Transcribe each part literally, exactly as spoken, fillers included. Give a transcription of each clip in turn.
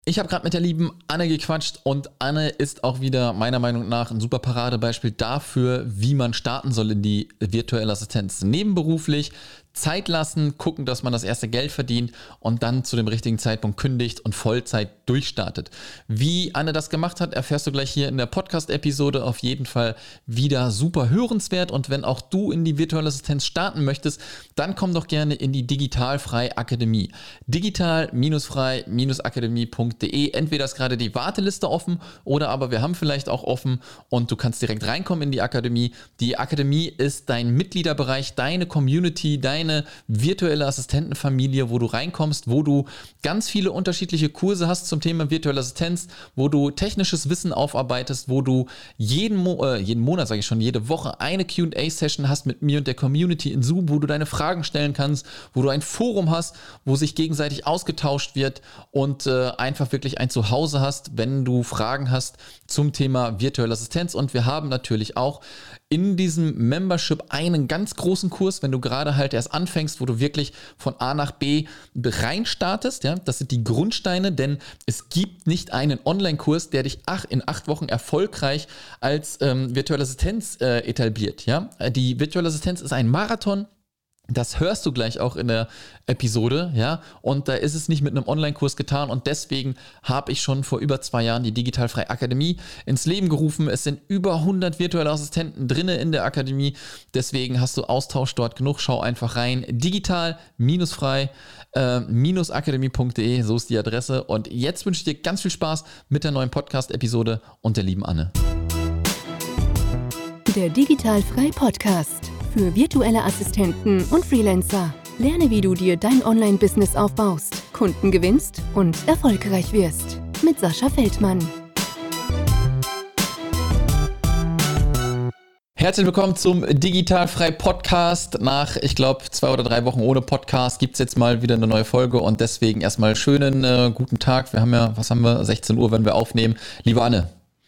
Ich habe gerade mit der lieben Anne gequatscht und Anne ist auch wieder meiner Meinung nach ein super Paradebeispiel dafür, wie man starten soll in die virtuelle Assistenz. Nebenberuflich Zeit lassen, gucken, dass man das erste Geld verdient und dann zu dem richtigen Zeitpunkt kündigt und Vollzeit durchstartet. Wie Anne das gemacht hat, erfährst du gleich hier in der Podcast-Episode. Auf jeden Fall wieder super hörenswert, und wenn auch du in die virtuelle Assistenz starten möchtest, dann komm doch gerne in die Digitalfrei Akademie. digital-frei-akademie punkt de. Entweder ist gerade die Warteliste offen oder aber wir haben vielleicht auch offen und du kannst direkt reinkommen in die Akademie. Die Akademie ist dein Mitgliederbereich, deine Community, dein eine virtuelle Assistentenfamilie, wo du reinkommst, wo du ganz viele unterschiedliche Kurse hast zum Thema virtuelle Assistenz, wo du technisches Wissen aufarbeitest, wo du jeden, Mo- äh, jeden Monat, sage ich schon, jede Woche eine Q und A-Session hast mit mir und der Community in Zoom, wo du deine Fragen stellen kannst, wo du ein Forum hast, wo sich gegenseitig ausgetauscht wird und äh, einfach wirklich ein Zuhause hast, wenn du Fragen hast zum Thema virtuelle Assistenz. Und wir haben natürlich auch in diesem Membership einen ganz großen Kurs, wenn du gerade halt erst anfängst, wo du wirklich von A nach B rein startest. Ja? Das sind die Grundsteine, denn es gibt nicht einen Online-Kurs, der dich ach, in acht Wochen erfolgreich als ähm, virtuelle Assistenz äh, etabliert. Ja? Die virtuelle Assistenz ist ein Marathon. Das hörst du gleich auch in der Episode, ja, und da ist es nicht mit einem Online-Kurs getan, und deswegen habe ich schon vor über zwei Jahren die Digitalfrei Akademie ins Leben gerufen. Es sind über hundert virtuelle Assistenten drinne in der Akademie, deswegen hast du Austausch dort genug. Schau einfach rein, digital-frei-akademie punkt de, so ist die Adresse, und jetzt wünsche ich dir ganz viel Spaß mit der neuen Podcast-Episode und der lieben Anne. Der Digitalfrei Podcast für virtuelle Assistenten und Freelancer. Lerne, wie du dir dein Online-Business aufbaust, Kunden gewinnst und erfolgreich wirst. Mit Sascha Feldmann. Herzlich willkommen zum Digitalfrei Podcast. Nach, ich glaube, zwei oder drei Wochen ohne Podcast gibt es jetzt mal wieder eine neue Folge, und deswegen erstmal schönen äh, guten Tag. Wir haben ja, was haben wir, sechzehn Uhr, wenn wir aufnehmen. Liebe Anne.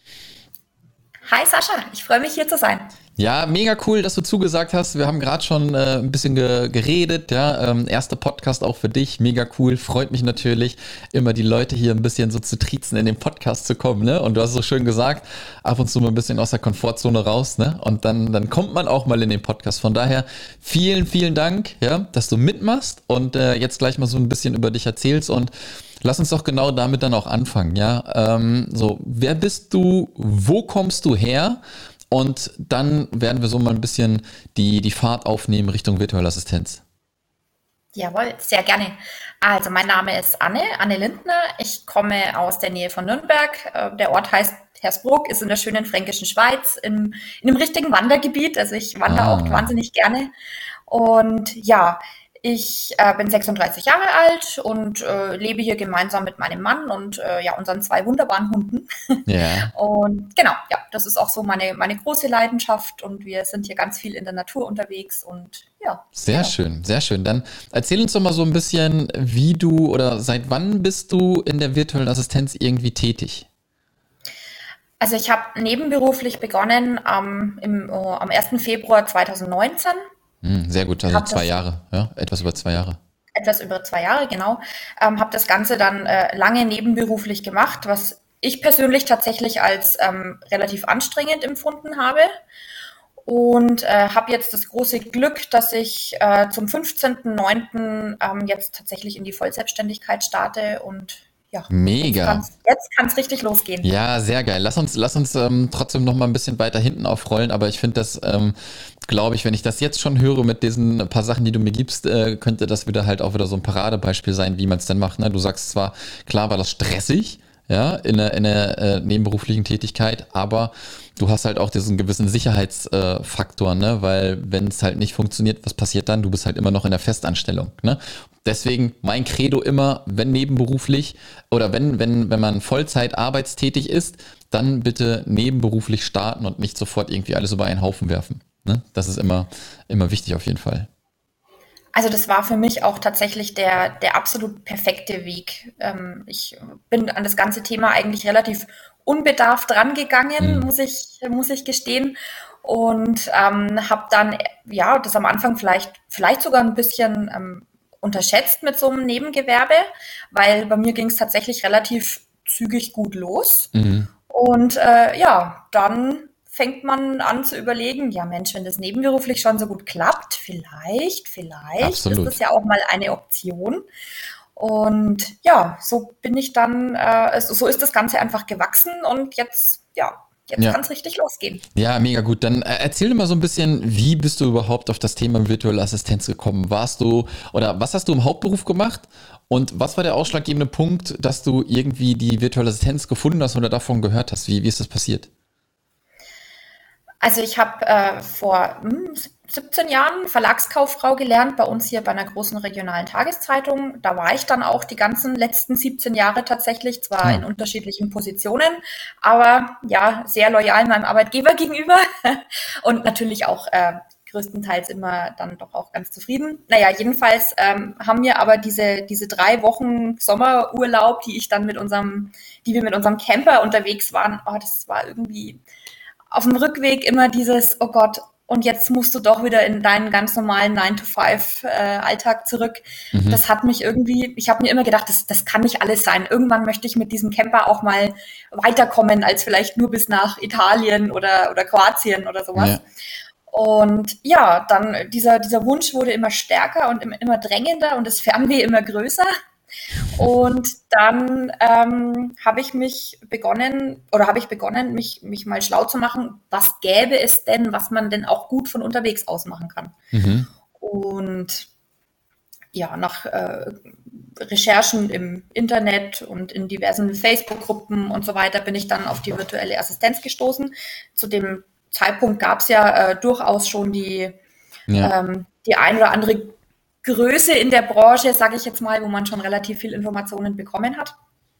Hi Sascha, ich freue mich hier zu sein. Ja, mega cool, dass du zugesagt hast. Wir haben gerade schon äh, ein bisschen ge- geredet. Ja, ähm, erster Podcast auch für dich, mega cool. Freut mich natürlich, immer die Leute hier ein bisschen so zu triezen, in den Podcast zu kommen. Ne? Und du hast so schön gesagt, ab und zu mal ein bisschen aus der Komfortzone raus. Ne? Und dann, dann kommt man auch mal in den Podcast. Von daher vielen, vielen Dank, ja, dass du mitmachst und äh, jetzt gleich mal so ein bisschen über dich erzählst. Und lass uns doch genau damit dann auch anfangen. Ja, ähm, so, wer bist du? Wo kommst du her? Und dann werden wir so mal ein bisschen die, die Fahrt aufnehmen Richtung virtuelle Assistenz. Jawohl, sehr gerne. Also mein Name ist Anne, Anne Lindner. Ich komme aus der Nähe von Nürnberg. Der Ort heißt Hersbruck, ist in der schönen fränkischen Schweiz, in, in einem richtigen Wandergebiet. Also ich wandere Ah. auch wahnsinnig gerne. Und ja, ich äh, bin sechsunddreißig Jahre alt und äh, lebe hier gemeinsam mit meinem Mann und äh, ja, unseren zwei wunderbaren Hunden. Ja. Und genau, ja, das ist auch so meine, meine große Leidenschaft, und wir sind hier ganz viel in der Natur unterwegs und ja. Sehr genau. schön, sehr schön. Dann erzähl uns doch mal so ein bisschen, wie du oder seit wann bist du in der virtuellen Assistenz irgendwie tätig? Also ich habe nebenberuflich begonnen ähm, im, oh, am ersten Februar zweitausendneunzehn. Hm, sehr gut, also Hab zwei das- Jahre, ja, etwas über zwei Jahre. Etwas über zwei Jahre, genau. Ähm, habe das Ganze dann äh, lange nebenberuflich gemacht, was ich persönlich tatsächlich als ähm, relativ anstrengend empfunden habe. Und äh, habe jetzt das große Glück, dass ich äh, zum fünfzehnten neunten Ähm, jetzt tatsächlich in die Vollselbstständigkeit starte. Und ja, Mega. jetzt kann es richtig losgehen. Ja, sehr geil. Lass uns, lass uns ähm, trotzdem noch mal ein bisschen weiter hinten aufrollen, aber ich finde das, ähm, glaube ich, wenn ich das jetzt schon höre mit diesen paar Sachen, die du mir gibst, äh, könnte das wieder halt auch wieder so ein Paradebeispiel sein, wie man es denn macht. Ne? Du sagst zwar, klar war das stressig, ja, in der, in der äh, nebenberuflichen Tätigkeit, aber du hast halt auch diesen gewissen Sicherheitsfaktor, äh, ne, weil wenn es halt nicht funktioniert, was passiert dann? Du bist halt immer noch in der Festanstellung, ne? Deswegen mein Credo immer, wenn nebenberuflich oder wenn, wenn, wenn man Vollzeit arbeitstätig ist, dann bitte nebenberuflich starten und nicht sofort irgendwie alles über einen Haufen werfen, ne? Das ist immer, immer wichtig auf jeden Fall. Also das war für mich auch tatsächlich der, der absolut perfekte Weg. Ähm, ich bin an das ganze Thema eigentlich relativ unbedarft rangegangen, Mhm. muss ich, muss ich gestehen. Und ähm, habe dann, ja, das am Anfang vielleicht, vielleicht sogar ein bisschen ähm, unterschätzt mit so einem Nebengewerbe, weil bei mir ging es tatsächlich relativ zügig gut los. Mhm. Und äh, ja, dann fängt man an zu überlegen, ja Mensch, wenn das nebenberuflich schon so gut klappt, vielleicht, vielleicht Absolut. ist das ja auch mal eine Option. Und ja, so bin ich dann, äh, so ist das Ganze einfach gewachsen und jetzt, ja, jetzt Ja. kann es richtig losgehen. Ja, mega gut. Dann äh, erzähl dir mal so ein bisschen, wie bist du überhaupt auf das Thema virtuelle Assistenz gekommen? Warst du, oder was hast du im Hauptberuf gemacht? Und was war der ausschlaggebende Punkt, dass du irgendwie die virtuelle Assistenz gefunden hast oder davon gehört hast? Wie, wie ist das passiert? Also ich habe äh, vor hm, siebzehn Jahren Verlagskauffrau gelernt, bei uns hier bei einer großen regionalen Tageszeitung. Da war ich dann auch die ganzen letzten siebzehn Jahre tatsächlich, zwar Ja. in unterschiedlichen Positionen, aber ja, sehr loyal meinem Arbeitgeber gegenüber und natürlich auch äh, größtenteils immer dann doch auch ganz zufrieden. Naja, jedenfalls ähm, haben wir aber diese, diese drei Wochen Sommerurlaub, die ich dann mit unserem, die wir mit unserem Camper unterwegs waren, oh, das war irgendwie auf dem Rückweg immer dieses, oh Gott, und jetzt musst du doch wieder in deinen ganz normalen nine to five äh, Alltag zurück. Mhm. Das hat mich irgendwie, ich habe mir immer gedacht, das, das kann nicht alles sein. Irgendwann möchte ich mit diesem Camper auch mal weiterkommen, als vielleicht nur bis nach Italien oder, oder Kroatien oder sowas. Ja. Und ja, dann dieser, dieser Wunsch wurde immer stärker und immer, immer drängender und das Fernweh immer größer. Und dann ähm, habe ich mich begonnen oder habe ich begonnen, mich, mich mal schlau zu machen, was gäbe es denn, was man denn auch gut von unterwegs aus machen kann. Mhm. Und ja, nach äh, Recherchen im Internet und in diversen Facebook-Gruppen und so weiter bin ich dann auf die virtuelle Assistenz gestoßen. Zu dem Zeitpunkt gab es ja äh, durchaus schon die, Ja. ähm, die ein oder andere Größe in der Branche, sage ich jetzt mal, wo man schon relativ viel Informationen bekommen hat.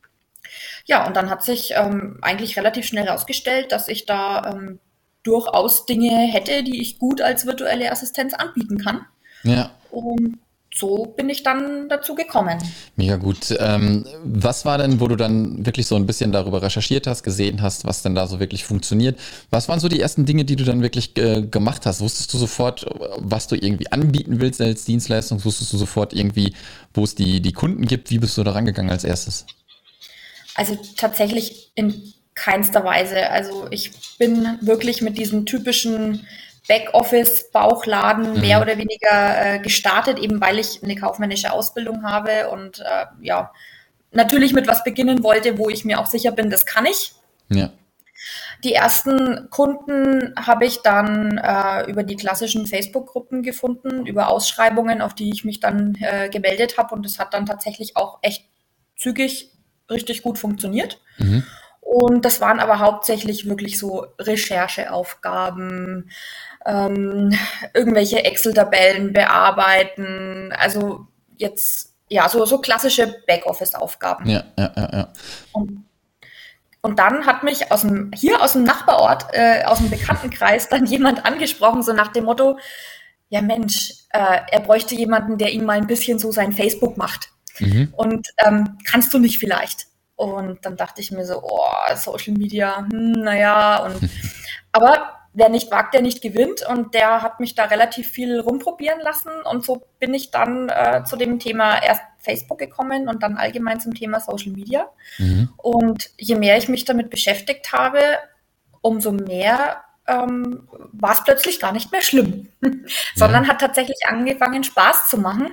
Ja, und dann hat sich ähm, eigentlich relativ schnell herausgestellt, dass ich da ähm, durchaus Dinge hätte, die ich gut als virtuelle Assistenz anbieten kann. Ja. Und so bin ich dann dazu gekommen. Mega gut. Ähm, was war denn, wo du dann wirklich so ein bisschen darüber recherchiert hast, gesehen hast, was denn da so wirklich funktioniert? Was waren so die ersten Dinge, die du dann wirklich äh, gemacht hast? Wusstest du sofort, was du irgendwie anbieten willst als Dienstleistung? Wusstest du sofort irgendwie, wo es die, die Kunden gibt? Wie bist du da rangegangen als erstes? Also tatsächlich in keinster Weise. Also ich bin wirklich mit diesen typischen Backoffice-Bauchladen Mhm. mehr oder weniger äh, gestartet, eben weil ich eine kaufmännische Ausbildung habe und äh, ja, natürlich mit was beginnen wollte, wo ich mir auch sicher bin, das kann ich. Ja. Die ersten Kunden habe ich dann äh, über die klassischen Facebook-Gruppen gefunden, über Ausschreibungen, auf die ich mich dann äh, gemeldet habe und das hat dann tatsächlich auch echt zügig richtig gut funktioniert. Mhm. Und das waren aber hauptsächlich wirklich so Rechercheaufgaben, ähm, irgendwelche Excel-Tabellen bearbeiten, also jetzt, ja, so, so klassische Backoffice-Aufgaben. Ja, ja, ja, ja. Und, und dann hat mich aus dem, hier aus dem Nachbarort, äh, aus dem Bekanntenkreis dann jemand angesprochen, so nach dem Motto, ja Mensch, äh, er bräuchte jemanden, der ihm mal ein bisschen so sein Facebook macht. Mhm. Und ähm, kannst du nicht vielleicht? Und dann dachte ich mir so, oh, Social Media, hm, naja. Und aber wer nicht wagt, der nicht gewinnt. Und der hat mich da relativ viel rumprobieren lassen. Und so bin ich dann äh, zu dem Thema erst Facebook gekommen und dann allgemein zum Thema Social Media. Mhm. Und je mehr ich mich damit beschäftigt habe, umso mehr ähm, war es plötzlich gar nicht mehr schlimm, sondern hat tatsächlich angefangen, Spaß zu machen.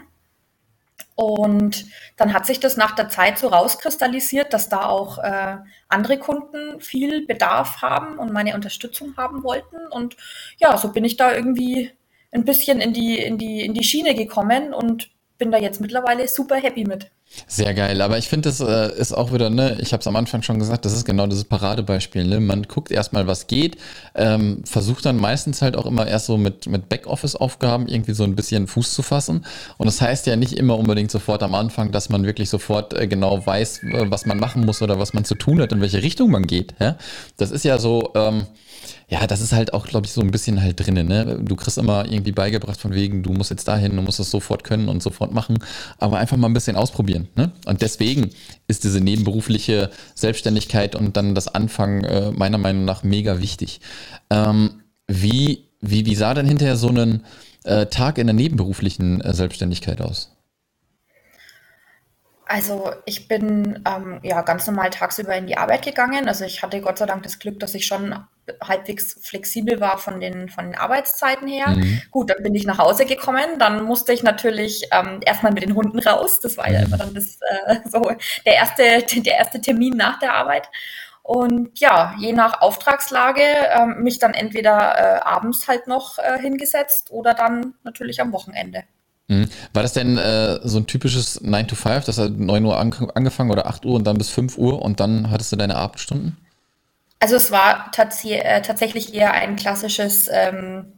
Und dann hat sich das nach der Zeit so rauskristallisiert, dass da auch äh, andere Kunden viel Bedarf haben und meine Unterstützung haben wollten. Und ja, so bin ich da irgendwie ein bisschen in die, in die, in die Schiene gekommen und bin da jetzt mittlerweile super happy mit. Sehr geil, aber ich finde, das äh, ist auch wieder, ne, ich habe es am Anfang schon gesagt, das ist genau dieses Paradebeispiel, ne? Man guckt erstmal, was geht, ähm, versucht dann meistens halt auch immer erst so mit, mit Backoffice-Aufgaben irgendwie so ein bisschen Fuß zu fassen und das heißt ja nicht immer unbedingt sofort am Anfang, dass man wirklich sofort äh, genau weiß, äh, was man machen muss oder was man zu tun hat, in welche Richtung man geht, ja? Das ist ja so, ähm, ja, das ist halt auch, glaube ich, so ein bisschen halt drinnen, ne? Du kriegst immer irgendwie beigebracht von wegen, du musst jetzt dahin, du musst es sofort können und sofort machen, aber einfach mal ein bisschen ausprobieren, ne? Und deswegen ist diese nebenberufliche Selbstständigkeit und dann das Anfangen äh, meiner Meinung nach mega wichtig. Ähm, wie, wie, wie sah denn hinterher so ein äh, Tag in der nebenberuflichen äh, Selbstständigkeit aus? Also ich bin ähm, ja ganz normal tagsüber in die Arbeit gegangen. Also ich hatte Gott sei Dank das Glück, dass ich schon halbwegs flexibel war von den, von den Arbeitszeiten her. Mhm. Gut, dann bin ich nach Hause gekommen. Dann musste ich natürlich ähm, erstmal mit den Hunden raus. Das war ja immer Mhm. dann das, äh, so der erste, der erste Termin nach der Arbeit. Und ja, je nach Auftragslage ähm, mich dann entweder äh, abends halt noch äh, hingesetzt oder dann natürlich am Wochenende. Mhm. War das denn äh, so ein typisches nine to five, das hat neun Uhr an, angefangen oder acht Uhr und dann bis fünf Uhr und dann hattest du deine Abendstunden? Also es war tats äh, tatsächlich eher ein klassisches ähm,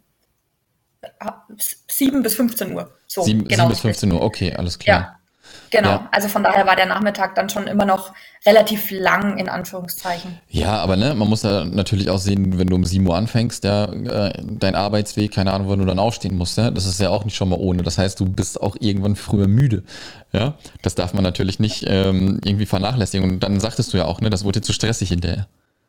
sieben bis fünfzehn Uhr. So, Sieben, sieben genau bis richtig. fünfzehn Uhr, okay, alles klar. Ja, genau. Ja. Also von daher war der Nachmittag dann schon immer noch relativ lang in Anführungszeichen. Ja, aber ne, man muss ja natürlich auch sehen, wenn du um sieben Uhr anfängst, ja, äh, dein Arbeitsweg, keine Ahnung, wann du dann aufstehen musst, ja, das ist ja auch nicht schon mal ohne. Das heißt, du bist auch irgendwann früher müde. Ja, das darf man natürlich nicht ähm, irgendwie vernachlässigen. Und dann sagtest du ja auch, ne, das wurde dir zu stressig hinterher.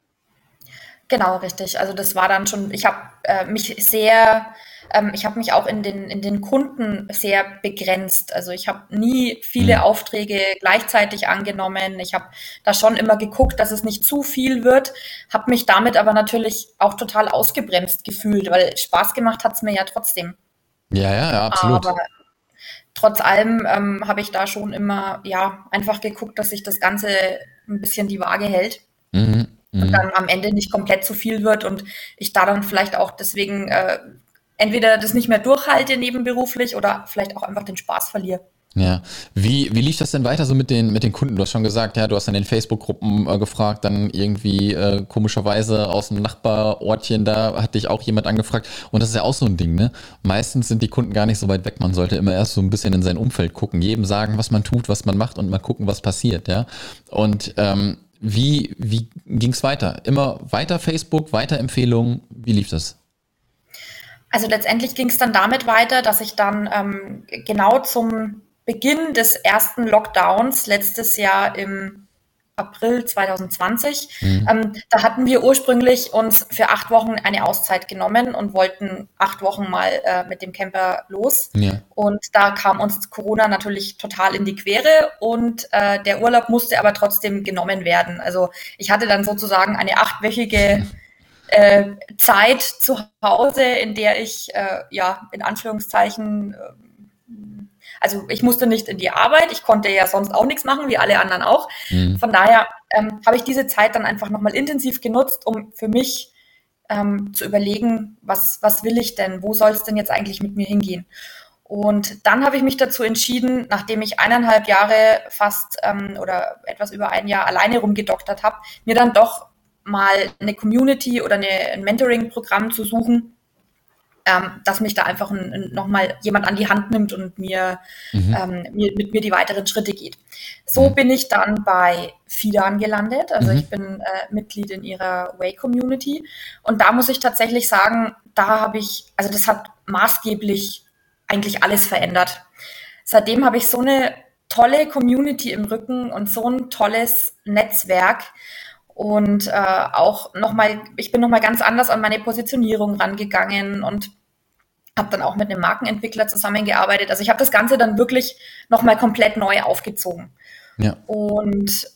Genau, richtig. Also das war dann schon, ich habe äh, mich sehr, ähm, ich habe mich auch in den, in den Kunden sehr begrenzt. Also ich habe nie viele Mhm. Aufträge gleichzeitig angenommen. Ich habe da schon immer geguckt, dass es nicht zu viel wird, habe mich damit aber natürlich auch total ausgebremst gefühlt, weil Spaß gemacht hat's mir ja trotzdem. Ja, ja, ja, absolut. Aber trotz allem ähm, habe ich da schon immer, ja, einfach geguckt, dass sich das Ganze ein bisschen die Waage hält Mhm. und Mhm. dann am Ende nicht komplett zu viel wird und ich da dann vielleicht auch deswegen äh, entweder das nicht mehr durchhalte nebenberuflich oder vielleicht auch einfach den Spaß verliere. Ja, wie, wie lief das denn weiter so mit den, mit den Kunden? Du hast schon gesagt, ja, du hast in den Facebook-Gruppen äh, gefragt, dann irgendwie äh, komischerweise aus dem Nachbarortchen, da hat dich auch jemand angefragt. Und das ist ja auch so ein Ding, ne? Meistens sind die Kunden gar nicht so weit weg. Man sollte immer erst so ein bisschen in sein Umfeld gucken, jedem sagen, was man tut, was man macht und mal gucken, was passiert, ja. Und ähm, wie, wie ging's weiter? Immer weiter Facebook, weiter Empfehlungen? Wie lief das? Also letztendlich ging es dann damit weiter, dass ich dann ähm, genau zum Beginn des ersten Lockdowns letztes Jahr im April zwanzig zwanzig, Mhm. ähm, da hatten wir ursprünglich uns für acht Wochen eine Auszeit genommen und wollten acht Wochen mal äh, mit dem Camper los. Ja. Und da kam uns Corona natürlich total in die Quere und äh, der Urlaub musste aber trotzdem genommen werden. Also ich hatte dann sozusagen eine achtwöchige äh, Zeit zu Hause, in der ich, äh, ja, in Anführungszeichen, äh, also ich musste nicht in die Arbeit, ich konnte ja sonst auch nichts machen, wie alle anderen auch. Mhm. Von daher ähm, habe ich diese Zeit dann einfach nochmal intensiv genutzt, um für mich ähm, zu überlegen, was, was will ich denn, wo soll es denn jetzt eigentlich mit mir hingehen? Und dann habe ich mich dazu entschieden, nachdem ich eineinhalb Jahre fast ähm, oder etwas über ein Jahr alleine rumgedoktert habe, mir dann doch mal eine Community oder eine, ein Mentoring-Programm zu suchen, ähm, dass mich da einfach ein, ein, nochmal jemand an die Hand nimmt und mir, Mhm. ähm, mir mit mir die weiteren Schritte geht. So Mhm. bin ich dann bei Fidan gelandet. Also Mhm. ich bin äh, Mitglied in ihrer Way-Community. Und da muss ich tatsächlich sagen, da habe ich, also das hat maßgeblich eigentlich alles verändert. Seitdem habe ich so eine tolle Community im Rücken und so ein tolles Netzwerk. Und äh, auch nochmal, ich bin nochmal ganz anders an meine Positionierung rangegangen und habe dann auch mit einem Markenentwickler zusammengearbeitet. Also ich habe das Ganze dann wirklich nochmal komplett neu aufgezogen. Ja. Und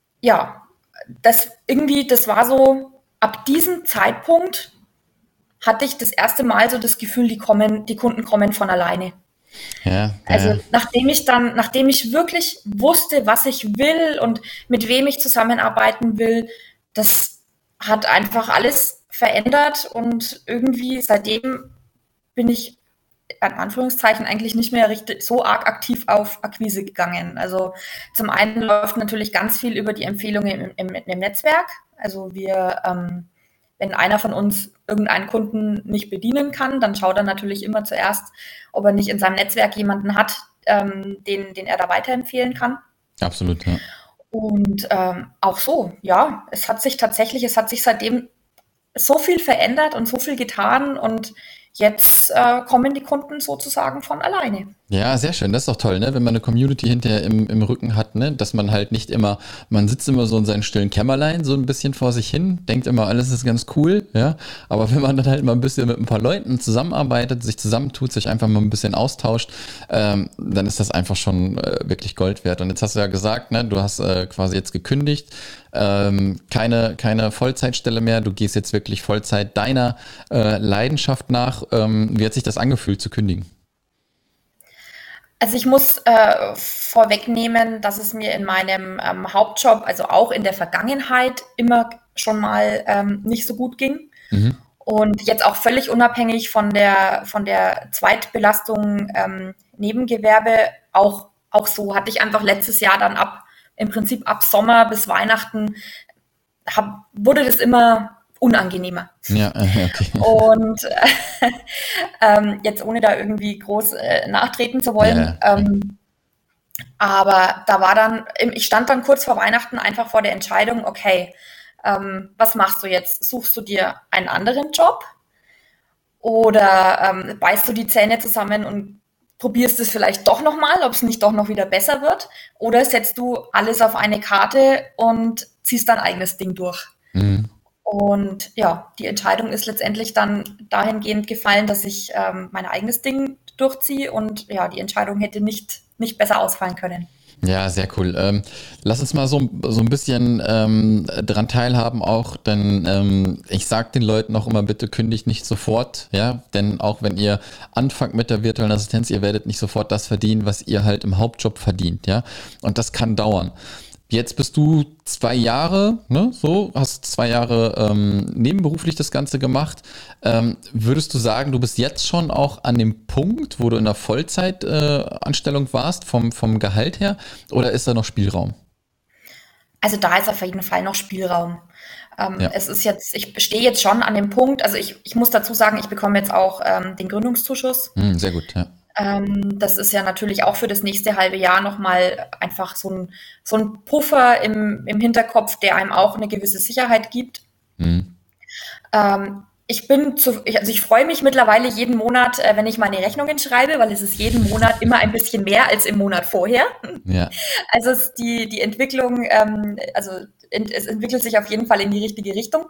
ja, das irgendwie, das war so, ab diesem Zeitpunkt hatte ich das erste Mal so das Gefühl, die kommen, die Kunden kommen von alleine. Ja, Also ja. nachdem ich dann, nachdem ich wirklich wusste, was ich will und mit wem ich zusammenarbeiten will, das hat einfach alles verändert und irgendwie seitdem bin ich in Anführungszeichen eigentlich nicht mehr richtig so arg aktiv auf Akquise gegangen. Also zum einen läuft natürlich ganz viel über die Empfehlungen im, im, im Netzwerk. Also wir, ähm, wenn einer von uns irgendeinen Kunden nicht bedienen kann, dann schaut er natürlich immer zuerst, ob er nicht in seinem Netzwerk jemanden hat, ähm, den, den er da weiterempfehlen kann. Absolut, ja. Und ähm, auch so, ja, es hat sich tatsächlich, es hat sich seitdem so viel verändert und so viel getan und jetzt äh, kommen die Kunden sozusagen von alleine. Ja, sehr schön. Das ist doch toll, ne? Wenn man eine Community hinterher im, im Rücken hat, ne? Dass man halt nicht immer, man sitzt immer so in seinem stillen Kämmerlein, so ein bisschen vor sich hin, denkt immer, alles ist ganz cool, ja. Aber wenn man dann halt mal ein bisschen mit ein paar Leuten zusammenarbeitet, sich zusammentut, sich einfach mal ein bisschen austauscht, ähm, dann ist das einfach schon äh, wirklich Gold wert. Und jetzt hast du ja gesagt, ne? Du hast äh, quasi jetzt gekündigt, ähm, keine, keine Vollzeitstelle mehr, du gehst jetzt wirklich Vollzeit deiner äh, Leidenschaft nach. Ähm, wie hat sich das angefühlt zu kündigen? Also ich muss äh, vorwegnehmen, dass es mir in meinem ähm, Hauptjob, also auch in der Vergangenheit, immer schon mal ähm, nicht so gut ging. Mhm. Und jetzt auch völlig unabhängig von der, von der Zweitbelastung ähm, Nebengewerbe, auch, auch so hatte ich einfach letztes Jahr dann ab, im Prinzip ab Sommer bis Weihnachten, hab, wurde das immer unangenehmer. Ja, okay. Und äh, ähm, jetzt ohne da irgendwie groß äh, nachtreten zu wollen, Ja. ähm, aber da war dann, ich stand dann kurz vor Weihnachten einfach vor der Entscheidung, okay, ähm, was machst du jetzt? Suchst du dir einen anderen Job oder ähm, beißt du die Zähne zusammen und probierst es vielleicht doch nochmal, ob es nicht doch noch wieder besser wird, oder setzt du alles auf eine Karte und ziehst dein eigenes Ding durch? Mhm. Und ja, die Entscheidung ist letztendlich dann dahingehend gefallen, dass ich ähm, mein eigenes Ding durchziehe, und ja, die Entscheidung hätte nicht, nicht besser ausfallen können. Ja, sehr cool. Ähm, lass uns mal so, so ein bisschen ähm, dran teilhaben auch, denn ähm, ich sage den Leuten auch immer, bitte kündigt nicht sofort, ja, denn auch wenn ihr anfangt mit der virtuellen Assistenz, ihr werdet nicht sofort das verdienen, was ihr halt im Hauptjob verdient, ja, und das kann dauern. Jetzt bist du zwei Jahre, ne, so, hast zwei Jahre ähm, nebenberuflich das Ganze gemacht. Ähm, würdest du sagen, du bist jetzt schon auch an dem Punkt, wo du in einer Vollzeitanstellung äh, warst, vom, vom Gehalt her, oder ist da noch Spielraum? Also da ist auf jeden Fall noch Spielraum. Ähm, Ja. Es ist jetzt, ich stehe jetzt schon an dem Punkt, also ich, ich muss dazu sagen, ich bekomme jetzt auch ähm, den Gründungszuschuss. Hm, sehr gut, ja. Ähm, das ist ja natürlich auch für das nächste halbe Jahr nochmal einfach so ein, so ein Puffer im, im Hinterkopf, der einem auch eine gewisse Sicherheit gibt. Hm. Ähm, ich bin zu, ich, also ich freue mich mittlerweile jeden Monat, äh, wenn ich meine Rechnungen schreibe, weil es ist jeden Monat immer ein bisschen mehr als im Monat vorher. Ja. Also es, die, die Entwicklung, ähm, also ent, es entwickelt sich auf jeden Fall in die richtige Richtung.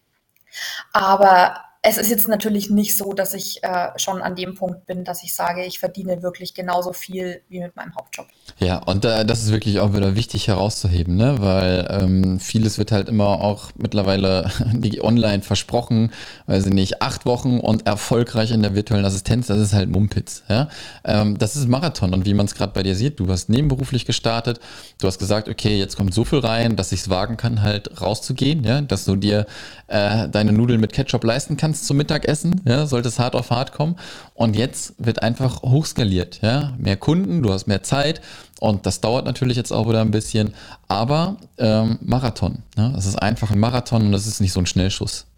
Aber es ist jetzt natürlich nicht so, dass ich äh, schon an dem Punkt bin, dass ich sage, ich verdiene wirklich genauso viel wie mit meinem Hauptjob. Ja, und äh, das ist wirklich auch wieder wichtig herauszuheben, ne? Weil ähm, vieles wird halt immer auch mittlerweile online versprochen, weiß ich nicht, acht Wochen und erfolgreich in der virtuellen Assistenz, das ist halt Mumpitz, ja? Ähm, das ist Marathon, und wie man es gerade bei dir sieht, du hast nebenberuflich gestartet, du hast gesagt, okay, jetzt kommt so viel rein, dass ich es wagen kann, halt rauszugehen, ja? Dass du dir äh, deine Nudeln mit Ketchup leisten kannst zum Mittagessen, ja, sollte es hart auf hart kommen. Und jetzt wird einfach hochskaliert, ja, mehr Kunden, du hast mehr Zeit, und das dauert natürlich jetzt auch wieder ein bisschen, aber ähm, Marathon, ja, es ist einfach ein Marathon und das ist nicht so ein Schnellschuss.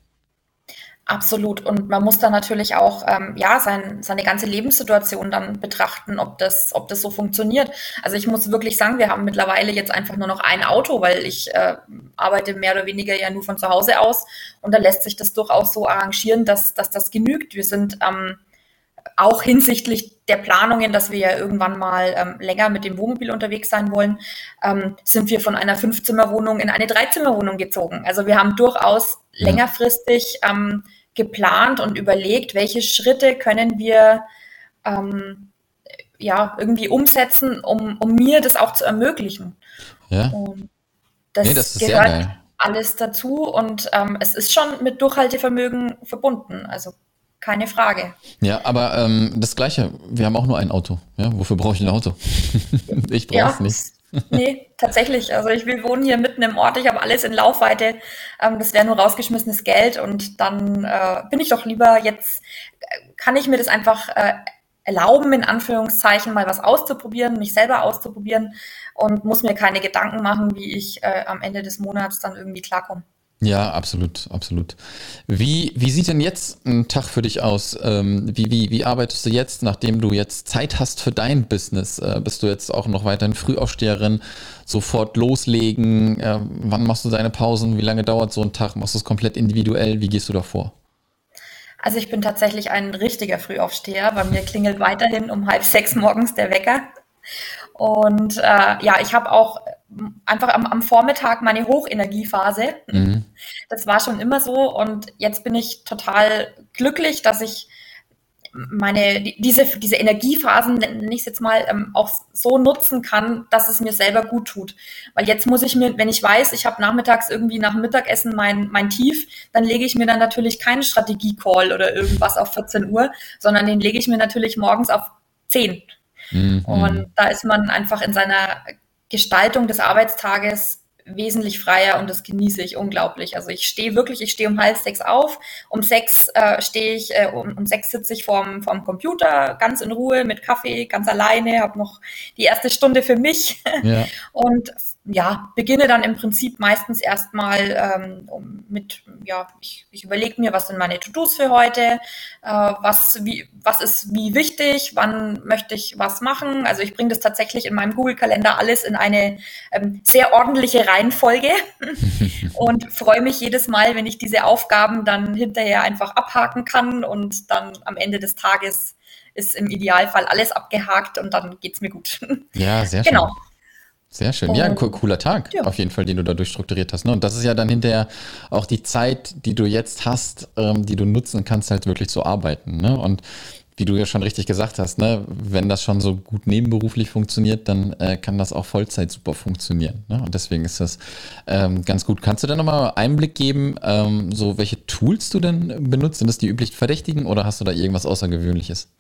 Absolut. Und man muss dann natürlich auch ähm, ja sein, seine ganze Lebenssituation dann betrachten, ob das, ob das so funktioniert. Also ich muss wirklich sagen, wir haben mittlerweile jetzt einfach nur noch ein Auto, weil ich äh, arbeite mehr oder weniger ja nur von zu Hause aus, und da lässt sich das durchaus so arrangieren, dass, dass das genügt. Wir sind ähm, auch hinsichtlich der Planungen, dass wir ja irgendwann mal ähm, länger mit dem Wohnmobil unterwegs sein wollen, ähm, sind wir von einer Fünf-Zimmer-Wohnung in eine Drei-Zimmer-Wohnung gezogen. Also wir haben durchaus Ja. längerfristig ähm, geplant und überlegt, welche Schritte können wir ähm, ja irgendwie umsetzen, um, um mir das auch zu ermöglichen. Ja, Und das, nee, das ist sehr gehört geil. alles dazu, und ähm, es ist schon mit Durchhaltevermögen verbunden, also keine Frage. Ja, aber ähm, das Gleiche, wir haben auch nur ein Auto, ja, wofür brauche ich ein Auto? Ich brauche es Ja, nicht. s- nee, tatsächlich. Also ich wir wohnen hier mitten im Ort, ich habe alles in Laufweite. Ähm, das wäre nur rausgeschmissenes Geld, und dann äh, bin ich doch lieber jetzt, äh, kann ich mir das einfach äh, erlauben, in Anführungszeichen mal was auszuprobieren, mich selber auszuprobieren, und muss mir keine Gedanken machen, wie ich äh, am Ende des Monats dann irgendwie klarkomme. Ja, absolut, absolut. Wie, wie sieht denn jetzt ein Tag für dich aus? Ähm, wie, wie, wie arbeitest du jetzt, nachdem du jetzt Zeit hast für dein Business? Äh, bist du jetzt auch noch weiterhin Frühaufsteherin, sofort loslegen? Äh, wann machst du deine Pausen? Wie lange dauert so ein Tag? Machst du es komplett individuell? Wie gehst du da vor? Also ich bin tatsächlich ein richtiger Frühaufsteher. Bei mir klingelt weiterhin um halb sechs morgens der Wecker. Und äh, ja, ich habe auch einfach am, am Vormittag meine Hochenergiephase. Mhm. Das war schon immer so. Und jetzt bin ich total glücklich, dass ich meine diese diese Energiephasen, nenne ich es jetzt mal, ähm, auch so nutzen kann, dass es mir selber gut tut. Weil jetzt muss ich mir, wenn ich weiß, ich habe nachmittags irgendwie nach dem Mittagessen mein mein Tief, dann lege ich mir dann natürlich keinen Strategie-Call oder irgendwas auf vierzehn Uhr, sondern den lege ich mir natürlich morgens auf zehn. Mhm. Und da ist man einfach in seiner Gestaltung des Arbeitstages wesentlich freier und das genieße ich unglaublich. Also ich stehe wirklich, ich stehe um halb sechs auf, um sechs äh, stehe ich, äh, um, um sechs sitze ich vorm, vorm Computer, ganz in Ruhe, mit Kaffee, ganz alleine, habe noch die erste Stunde für mich ja. und ja, beginne dann im Prinzip meistens erstmal ähm, mit, ja, ich, ich überlege mir, was sind meine To-Dos für heute, äh, was, wie, was ist wie wichtig, wann möchte ich was machen. Also ich bringe das tatsächlich in meinem Google-Kalender alles in eine ähm, sehr ordentliche Reihenfolge und freue mich jedes Mal, wenn ich diese Aufgaben dann hinterher einfach abhaken kann und dann am Ende des Tages ist im Idealfall alles abgehakt und dann geht's mir gut. Ja, sehr schön. Genau. Sehr schön. Ja, ein co- cooler Tag ja. auf jeden Fall, den du dadurch strukturiert hast. Ne? Und das ist ja dann hinterher auch die Zeit, die du jetzt hast, ähm, die du nutzen kannst, halt wirklich zu arbeiten. Ne? Und wie du ja schon richtig gesagt hast, ne, wenn das schon so gut nebenberuflich funktioniert, dann äh, kann das auch Vollzeit super funktionieren. Ne? Und deswegen ist das ähm, ganz gut. Kannst du da nochmal Einblick geben, ähm, so welche Tools du denn benutzt? Sind das die üblichen Verdächtigen oder hast du da irgendwas Außergewöhnliches?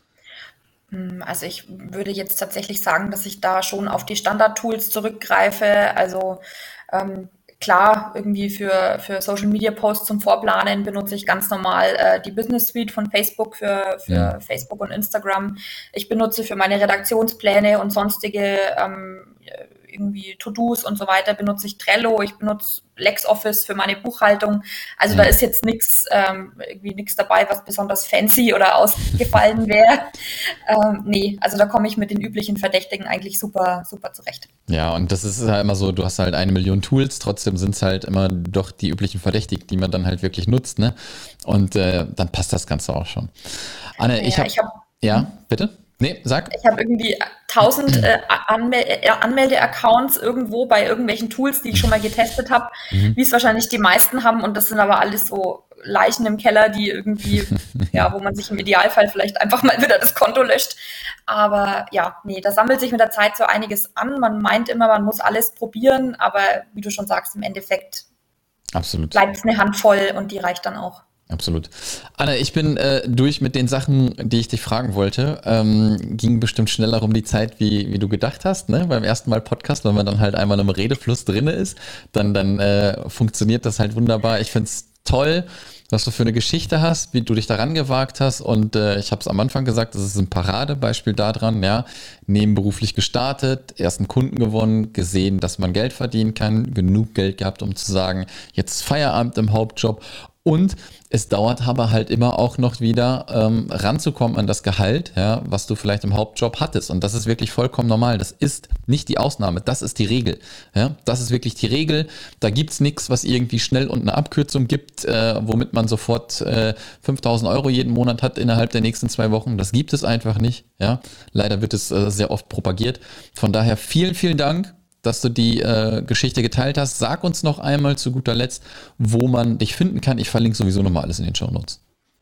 Also ich würde jetzt tatsächlich sagen, dass ich da schon auf die Standard-Tools zurückgreife. Also ähm, klar, irgendwie für, für Social-Media-Posts zum Vorplanen benutze ich ganz normal äh, die Business Suite von Facebook für, für ja. Facebook und Instagram. Ich benutze für meine Redaktionspläne und sonstige ähm, irgendwie To-Dos und so weiter benutze ich Trello. Ich benutze LexOffice für meine Buchhaltung. Also ja. da ist jetzt nichts ähm, irgendwie nichts dabei, was besonders fancy oder ausgefallen wäre. ähm, nee, also da komme ich mit den üblichen Verdächtigen eigentlich super, super zurecht. Ja, und das ist halt immer so, du hast halt eine Million Tools, trotzdem sind es halt immer doch die üblichen Verdächtigen, die man dann halt wirklich nutzt, ne? Und äh, dann passt das Ganze auch schon. Anne, ja, ich habe... Hab, ja, bitte? Nee, sag. Ich habe irgendwie tausend äh, Anmel- äh, Anmelde-Accounts irgendwo bei irgendwelchen Tools, die ich schon mal getestet habe, mhm. wie es wahrscheinlich die meisten haben. Und das sind aber alles so Leichen im Keller, die irgendwie, ja, wo man sich im Idealfall vielleicht einfach mal wieder das Konto löscht. Aber ja, nee, da sammelt sich mit der Zeit so einiges an. Man meint immer, man muss alles probieren, aber wie du schon sagst, im Endeffekt Absolut. bleibt es eine Handvoll und die reicht dann auch. Absolut. Anne, ich bin äh, durch mit den Sachen, die ich dich fragen wollte. Ähm, ging bestimmt schneller um die Zeit, wie, wie du gedacht hast, ne? Beim ersten Mal Podcast, wenn man dann halt einmal im Redefluss drin ist, dann, dann äh, funktioniert das halt wunderbar. Ich finde es toll, was du für eine Geschichte hast, wie du dich daran gewagt hast. Und äh, ich habe es am Anfang gesagt, das ist ein Paradebeispiel daran, ja, nebenberuflich gestartet, ersten Kunden gewonnen, gesehen, dass man Geld verdienen kann, genug Geld gehabt, um zu sagen, jetzt Feierabend im Hauptjob. Und es dauert aber halt immer auch noch wieder ähm, ranzukommen an das Gehalt, ja, was du vielleicht im Hauptjob hattest. Und das ist wirklich vollkommen normal. Das ist nicht die Ausnahme, das ist die Regel. Ja, das ist wirklich die Regel. Da gibt's nichts, was irgendwie schnell und eine Abkürzung gibt, äh, womit man sofort äh, fünftausend Euro jeden Monat hat innerhalb der nächsten zwei Wochen. Das gibt es einfach nicht. Ja, leider wird es äh, sehr oft propagiert. Von daher vielen, vielen Dank, dass du die äh, Geschichte geteilt hast. Sag uns noch einmal zu guter Letzt, wo man dich finden kann. Ich verlinke sowieso nochmal alles in den Shownotes.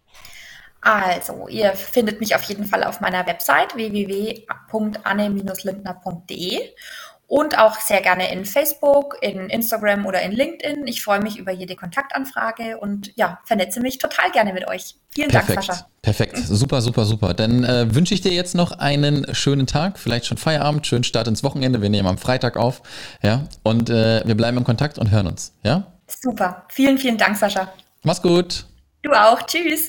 Also, ihr findet mich auf jeden Fall auf meiner Website w w w punkt anne lindner punkt d e und auch sehr gerne in Facebook, in Instagram oder in LinkedIn. Ich freue mich über jede Kontaktanfrage und ja, vernetze mich total gerne mit euch. Vielen Perfekt. Dank, Sascha. Perfekt, super, super, super. Dann äh, wünsche ich dir jetzt noch einen schönen Tag, vielleicht schon Feierabend, schönen Start ins Wochenende. Wir nehmen am Freitag auf, ja, und äh, wir bleiben in Kontakt und hören uns, ja? Super, vielen, vielen Dank, Sascha. Mach's gut. Du auch, tschüss.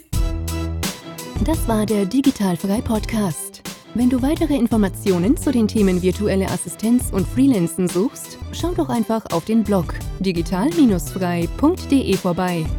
Das war der Digitalfrei Podcast. Wenn du weitere Informationen zu den Themen virtuelle Assistenz und Freelancen suchst, schau doch einfach auf den Blog digital Bindestrich frei punkt d e vorbei.